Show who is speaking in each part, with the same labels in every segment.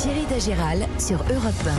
Speaker 1: Thierry Dagiral sur Europe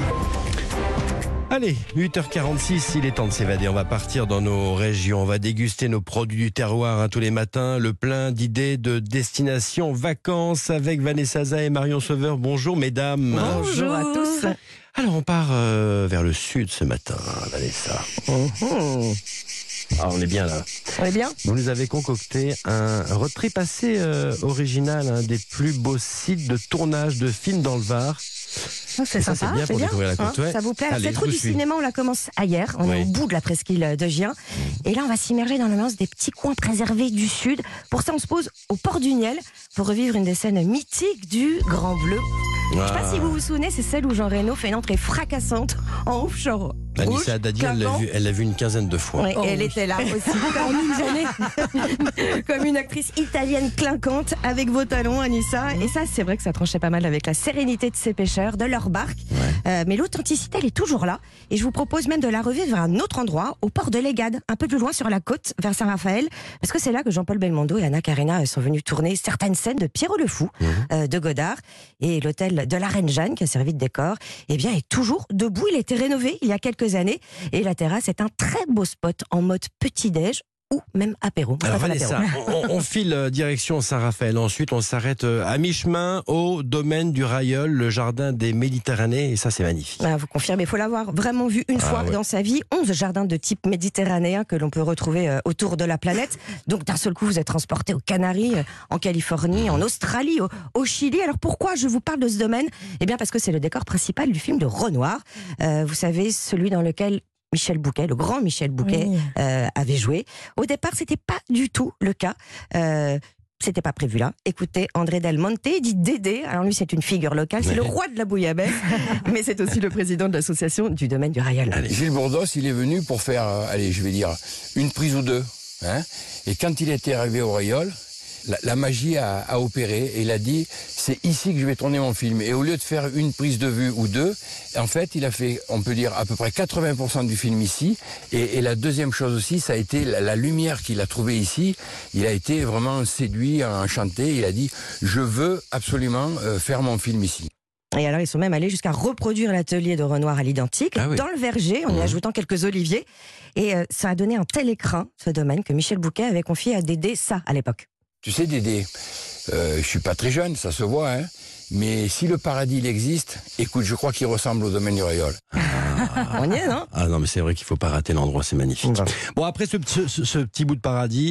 Speaker 1: 1.
Speaker 2: Allez, 8h46, il est temps de s'évader. On va partir dans nos régions. On va déguster nos produits du terroir tous les matins. Le plein d'idées de destinations vacances avec Vanessa Zah et Marion Sauveur. Bonjour mesdames.
Speaker 3: Bonjour à tous.
Speaker 2: Alors on part vers le sud ce matin, Vanessa. Ah, on est bien là.
Speaker 3: On est bien.
Speaker 2: Vous nous avez concocté un road trip assez original, un des plus beaux sites de tournage de films dans le Var.
Speaker 3: C'est sympa,
Speaker 2: c'est bien pour découvrir la côte. Ouais.
Speaker 3: Ça vous plaît?
Speaker 2: Allez,
Speaker 3: Cette route du cinéma, on la commence ailleurs. On est au bout de la presqu'île de Gien. Et là, on va s'immerger dans l'ambiance des petits coins préservés du sud. Pour ça, on se pose au port du Niel pour revivre une des scènes mythiques du Grand Bleu. Je ne sais pas si vous vous souvenez, c'est celle où Jean Reno fait une entrée fracassante en offshore.
Speaker 2: Vanessa Dadi, elle l'a vu une quinzaine de fois.
Speaker 3: Oui, et elle était là aussi comme une actrice italienne clinquante avec vos talons, Anissa. Et ça, c'est vrai que ça tranchait pas mal avec la sérénité de ces pêcheurs, de leur barque. Mais l'authenticité, elle est toujours là. Et je vous propose même de la revivre à un autre endroit, au port de Légade, un peu plus loin sur la côte, vers Saint-Raphaël. Parce que c'est là que Jean-Paul Belmondo et Anna Karina sont venus tourner certaines scènes de Pierrot le Fou, de Godard. Et l'hôtel de la Reine Jeanne, qui a servi de décor, eh bien, est toujours debout. Il a été rénové il y a quelques années. Et la terrasse est un très beau spot en mode petit-déj ou même apéro.
Speaker 2: Alors Vanessa, on file direction Saint-Raphaël. Ensuite, on s'arrête à mi-chemin au domaine du Railleul, le jardin des Méditerranées. Et ça, c'est magnifique.
Speaker 3: Vous confirmez, il faut l'avoir vraiment vu une fois dans sa vie. 11 jardins de type méditerranéen que l'on peut retrouver autour de la planète. Donc d'un seul coup, vous êtes transporté aux Canaries, en Californie, en Australie, au Chili. Alors pourquoi je vous parle de ce domaine? Eh bien parce que c'est le décor principal du film de Renoir. Vous savez, celui dans lequel Michel Bouquet, le grand Michel Bouquet, avait joué. Au départ, c'était pas du tout le cas. C'était pas prévu là. Écoutez, André Del Monte, dit Dédé. Alors lui, c'est une figure locale, c'est le roi de la bouillabaisse, mais c'est aussi le président de l'association du domaine du Railleul.
Speaker 4: Gilles Bourdos, il est venu pour faire, je vais dire, une prise ou deux. Et quand il était arrivé au Railleul, la magie a opéré et il a dit c'est ici que je vais tourner mon film. Et au lieu de faire une prise de vue ou deux, en fait il a fait, on peut dire, à peu près 80% du film ici. Et la deuxième chose aussi, ça a été la lumière qu'il a trouvée ici. Il a été vraiment séduit, enchanté. Il a dit je veux absolument faire mon film ici.
Speaker 3: Et alors, ils sont même allés jusqu'à reproduire l'atelier de Renoir à l'identique, dans le verger, en y ajoutant quelques oliviers. Et ça a donné un tel écrin, ce domaine, que Michel Bouquet avait confié à Dédé ça à l'époque.
Speaker 4: Tu sais, Dédé, je suis pas très jeune, ça se voit, mais si le paradis il existe, écoute, je crois qu'il ressemble au domaine du Railleul.
Speaker 3: On y est, non?
Speaker 2: Ah non, mais c'est vrai qu'il faut pas rater l'endroit, c'est magnifique. Bon, après ce petit bout de paradis,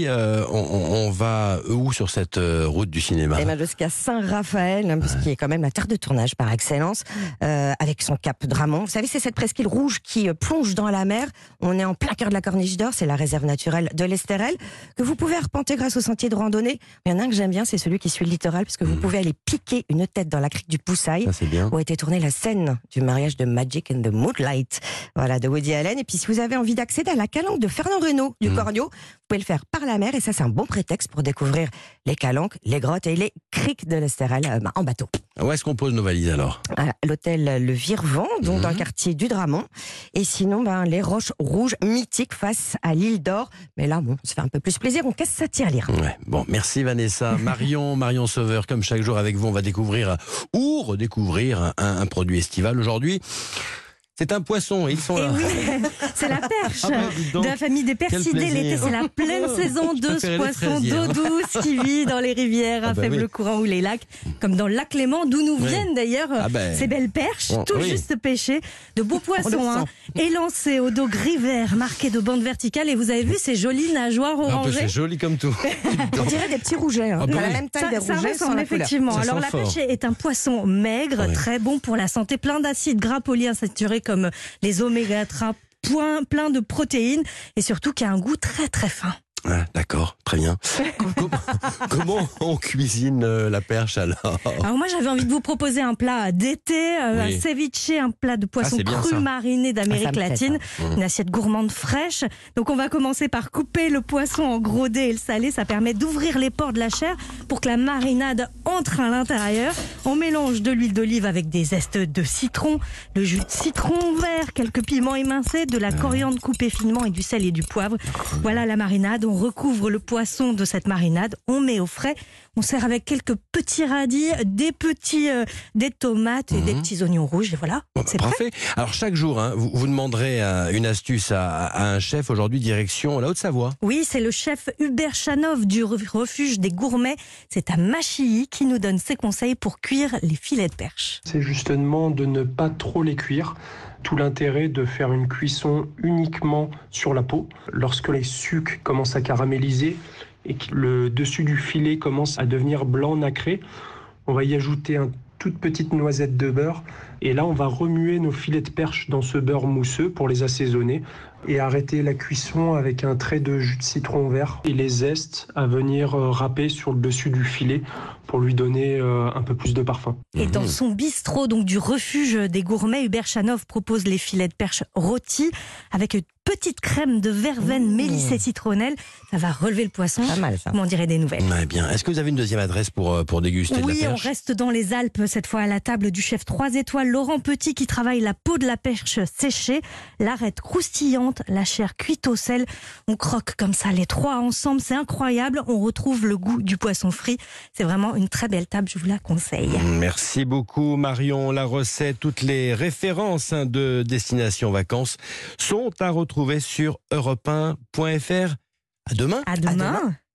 Speaker 2: on va où sur cette route du cinéma?
Speaker 3: Eh bien, jusqu'à Saint-Raphaël, qui est quand même la terre de tournage par excellence, avec son cap Dramont. Vous savez, c'est cette presqu'île rouge qui plonge dans la mer. On est en plein cœur de la Corniche d'Or, c'est la réserve naturelle de l'Estérel, que vous pouvez arpenter grâce au sentier de randonnée. Il y en a un que j'aime bien, c'est celui qui suit le littoral, parce que vous pouvez aller piquer une tête dans la crique du Poussaille, où a été tournée la scène du mariage de Magic and the Moonlight, voilà, de Woody Allen. Et puis si vous avez envie d'accéder à la calanque de Fernand Reynaud du Cornio, vous pouvez le faire par la mer, et ça c'est un bon prétexte pour découvrir les calanques, les grottes et les criques de l'Estérel en bateau.
Speaker 2: Où est-ce qu'on pose nos valises alors?
Speaker 3: À l'hôtel Le Virevent, donc dans le quartier du Dramont. Et sinon, les roches rouges mythiques face à l'île d'Or. Mais là, on se fait un peu plus plaisir, on casse sa tirelire.
Speaker 2: Bon, merci Vanessa. Marion Sauveur, comme chaque jour avec vous, on va découvrir ou redécouvrir un produit estival aujourd'hui. C'est un poisson, et ils sont là.
Speaker 5: Oui, c'est la perche de la famille des percidés. L'été, c'est la pleine saison de ce poisson d'eau douce qui vit dans les rivières à faible courant ou les lacs, comme dans le lac Léman, d'où nous viennent d'ailleurs ces belles perches, tout juste pêchées, de beaux poissons, élancés au dos gris vert, marqués de bandes verticales. Et vous avez vu ces jolies nageoires orangées?
Speaker 2: C'est joli comme tout.
Speaker 3: On dirait des petits rougets, à la même taille des rougets sans la couleur.
Speaker 5: Effectivement. Alors la perche est un poisson maigre, très bon pour la santé, plein d'acides gras polyinsaturés comme les oméga 3, plein de protéines et surtout qui a un goût très très fin.
Speaker 2: D'accord, très bien. Comment on cuisine la perche alors?
Speaker 5: Alors moi j'avais envie de vous proposer un plat d'été, un ceviche, un plat de poisson cru mariné d'Amérique latine, une assiette gourmande fraîche. Donc on va commencer par couper le poisson en gros dés et le saler, ça permet d'ouvrir les pores de la chair pour que la marinade entre à l'intérieur. On mélange de l'huile d'olive avec des zestes de citron, le jus de citron vert, quelques piments émincés, de la coriandre coupée finement et du sel et du poivre. Voilà la marinade. On recouvre le poisson de cette marinade, on met au frais, On sert avec quelques petits radis, des tomates et des petits oignons rouges. Et voilà, c'est
Speaker 2: parfait. Alors chaque jour, vous demanderez une astuce à un chef. Aujourd'hui, direction la Haute-Savoie.
Speaker 5: Oui, c'est le chef Hubert Chanov du refuge des gourmets. C'est à Machilly qui nous donne ses conseils pour cuire les filets de perche.
Speaker 6: C'est justement de ne pas trop les cuire. Tout l'intérêt de faire une cuisson uniquement sur la peau. Lorsque les sucs commencent à caraméliser et que le dessus du filet commence à devenir blanc nacré, on va y ajouter une toute petite noisette de beurre. Et là, on va remuer nos filets de perche dans ce beurre mousseux pour les assaisonner et arrêter la cuisson avec un trait de jus de citron vert et les zestes à venir râper sur le dessus du filet pour lui donner un peu plus de parfum.
Speaker 5: Et dans son bistrot donc du refuge des gourmets, Hubert Chanov propose les filets de perche rôtis avec une petite crème de verveine mélissée citronnelle. Ça va relever le poisson.
Speaker 3: Pas mal, ça.
Speaker 5: On dirait des nouvelles.
Speaker 2: Ouais, bien. Est-ce que vous avez une deuxième adresse pour déguster de la perche ?
Speaker 5: Oui, on reste dans les Alpes, cette fois à la table du chef 3 étoiles Laurent Petit qui travaille la peau de la perche séchée, l'arête croustillante, la chair cuite au sel. On croque comme ça les trois ensemble, c'est incroyable. On retrouve le goût du poisson frit. C'est vraiment une très belle table, je vous la conseille.
Speaker 2: Merci beaucoup Marion. La recette, toutes les références de Destination Vacances sont à retrouver sur europe1.fr. À demain.
Speaker 5: À demain.